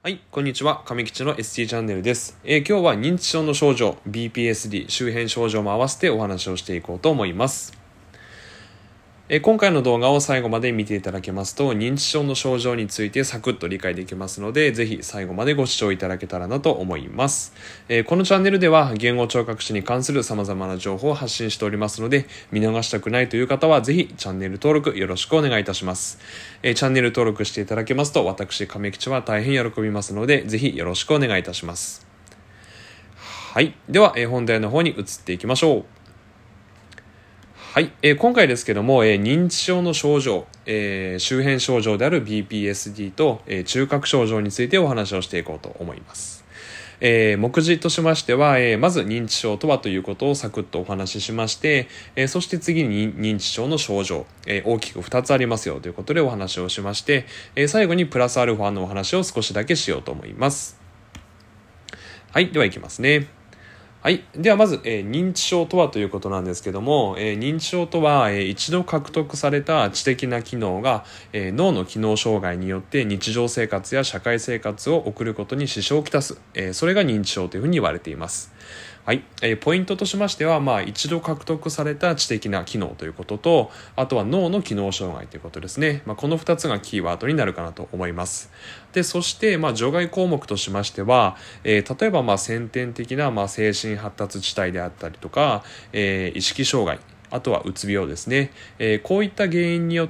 はい、こんにちは。上吉の ST チャンネルです。今日は認知症の症状、BPSD 周辺症状も合わせてお話をしていこうと思います。今回の動画を最後まで見ていただけますと、認知症の症状についてサクッと理解できますので、ぜひ最後までご視聴いただけたらなと思います。このチャンネルでは言語聴覚士に関する様々な情報を発信しておりますので、見逃したくないという方はぜひチャンネル登録よろしくお願いいたします。チャンネル登録していただけますと、私亀吉は大変喜びますので、ぜひよろしくお願いいたします。はい、では、本題の方に移っていきましょう。はい、今回ですけども、認知症の症状、周辺症状である BPSD と、中核症状についてお話をしていこうと思います。目次としましては、まず認知症とはということをサクッとお話ししまして、そして次に認知症の症状、大きく2つありますよということでお話をしまして、最後にプラスアルファのお話を少しだけしようと思います。はい、ではいきますね。はい。ではまず、認知症とはということなんですけども、認知症とは、一度獲得された知的な機能が、脳の機能障害によって日常生活や社会生活を送ることに支障をきたす、それが認知症というふうに言われています。はい。ポイントとしましては、一度獲得された知的な機能ということと、あとは脳の機能障害ということですね。この2つがキーワードになるかなと思います。で、そして、除外項目としましては、例えば、先天的な、精神発達地帯であったりとか、意識障害、あとはうつ病ですね。こういった原因によって、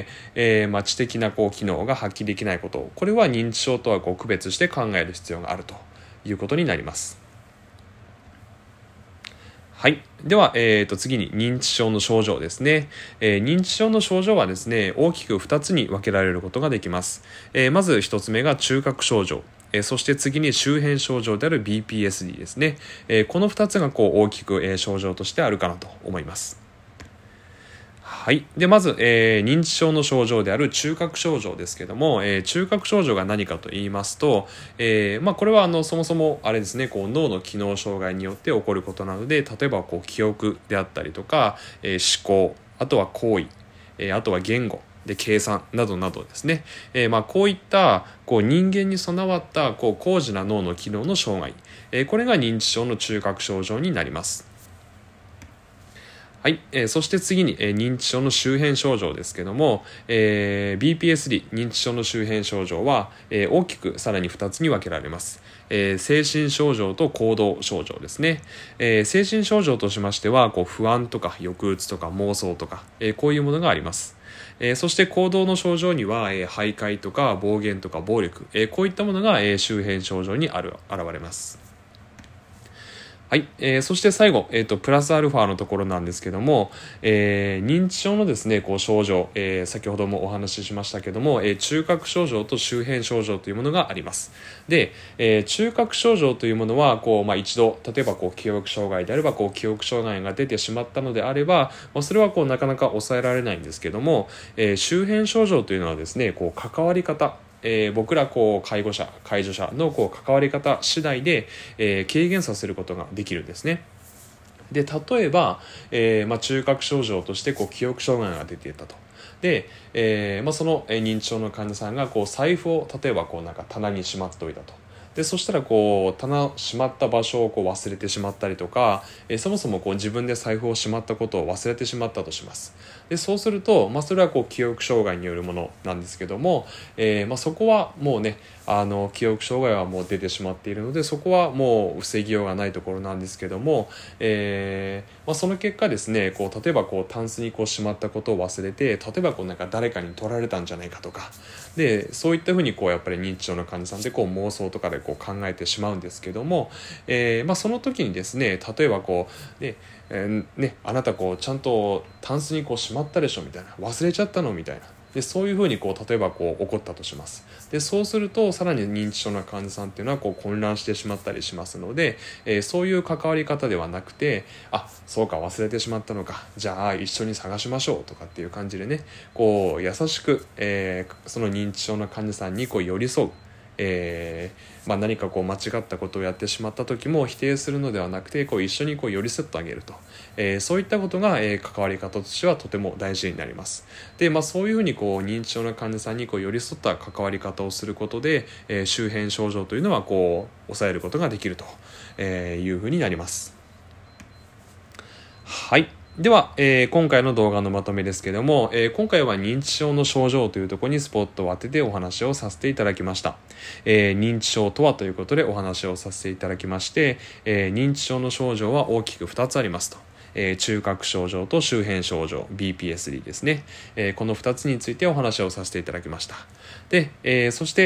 知的な機能が発揮できないこと、これは認知症とは区別して考える必要があるということになります。はい。では、次に認知症の症状ですね。認知症の症状はですね、大きく2つに分けられることができます。まず1つ目が中核症状。そして次に周辺症状である BPSD ですね。この2つが大きく、症状としてあるかなと思います。はい。で、まず、認知症の症状である中核症状ですけども、中核症状が何かと言いますと、これはそもそもあれですね、脳の機能障害によって起こることなので、例えば記憶であったりとか、思考、あとは行為、あとは言語、で計算などなどですね、こういった人間に備わった高次な脳の機能の障害、これが認知症の中核症状になります。はい、そして次に、認知症の周辺症状ですけども、BPSD 認知症の周辺症状は、大きくさらに2つに分けられます。精神症状と行動症状ですね。精神症状としましては不安とか抑うつとか妄想とか、こういうものがあります。そして行動の症状には、徘徊とか暴言とか暴力、こういったものが、周辺症状に現れます。はい、そして最後、プラスアルファのところなんですけども、認知症のですね、症状、先ほどもお話ししましたけども、中核症状と周辺症状というものがあります。で、中核症状というものは、一度、例えば記憶障害であれば、記憶障害が出てしまったのであれば、それはなかなか抑えられないんですけども、周辺症状というのはですね、関わり方、僕ら介護者介助者の関わり方次第で、軽減させることができるんですね。で例えば、中核症状として記憶障害が出ていたと。で、その認知症の患者さんが財布を例えば棚にしまっておいたと。でそしたらしまった場所を忘れてしまったりとか、そもそも自分で財布をしまったことを忘れてしまったとします。でそうすると、それは記憶障害によるものなんですけども、そこはもうね、記憶障害はもう出てしまっているので、そこはもう防ぎようがないところなんですけども、その結果ですね、例えばタンスにしまったことを忘れて、例えば誰かに取られたんじゃないかとかで、そういったふうにやっぱり認知症の患者さんって妄想とかで考えてしまうんですけども、その時にですね、例えばあなたちゃんとタンスにしまったでしょみたいな、忘れちゃったのみたいな。でそういうふうに例えば起こったとします。でそうするとさらに認知症の患者さんっていうのは混乱してしまったりしますので、そういう関わり方ではなくて、そうか忘れてしまったのか、じゃあ一緒に探しましょうとかっていう感じでね、優しく、その認知症の患者さんに寄り添う、 何か間違ったことをやってしまった時も否定するのではなくて一緒に寄り添ってあげると、そういったことが、関わり方としてはとても大事になります。で、そういうふうに認知症の患者さんに寄り添った関わり方をすることで、周辺症状というのは抑えることができるというふうになります。はい。では、今回の動画のまとめですけども、今回は認知症の症状というところにスポットを当ててお話をさせていただきました。認知症とはということでお話をさせていただきまして、認知症の症状は大きく2つありますと。中核症状と周辺症状 BPSD ですね、この2つについてお話をさせていただきました。で、そして、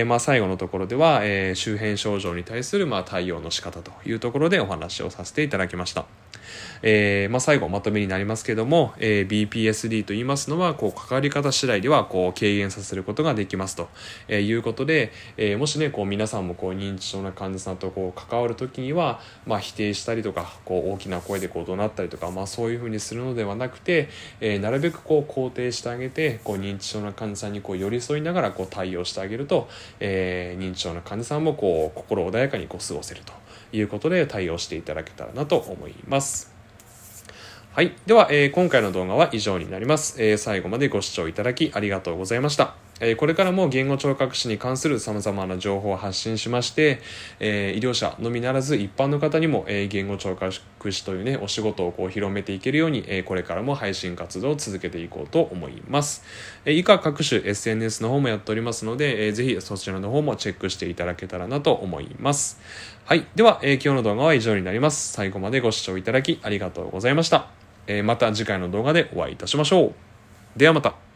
最後のところでは、周辺症状に対する対応の仕方というところでお話をさせていただきました。最後まとめになりますけども、BPSD と言いますのは関わり方次第では軽減させることができますと、いうことで、もしね皆さんも認知症の患者さんと関わるときには、否定したりとか大きな声で怒鳴ったりとか、そういうふうにするのではなくて、なるべく肯定してあげて認知症の患者さんに寄り添いながら対応してあげると、認知症の患者さんも心穏やかに過ごせるということで対応していただけたらなと思います。はい。では、今回の動画は以上になります。最後までご視聴いただきありがとうございました。これからも言語聴覚士に関する様々な情報を発信しまして、医療者のみならず一般の方にも、言語聴覚士というね、お仕事を広めていけるように、これからも配信活動を続けていこうと思います。以下各種 SNS の方もやっておりますので、ぜひそちらの方もチェックしていただけたらなと思います。はい。では、今日の動画は以上になります。最後までご視聴いただきありがとうございました。また次回の動画でお会いいたしましょう。ではまた。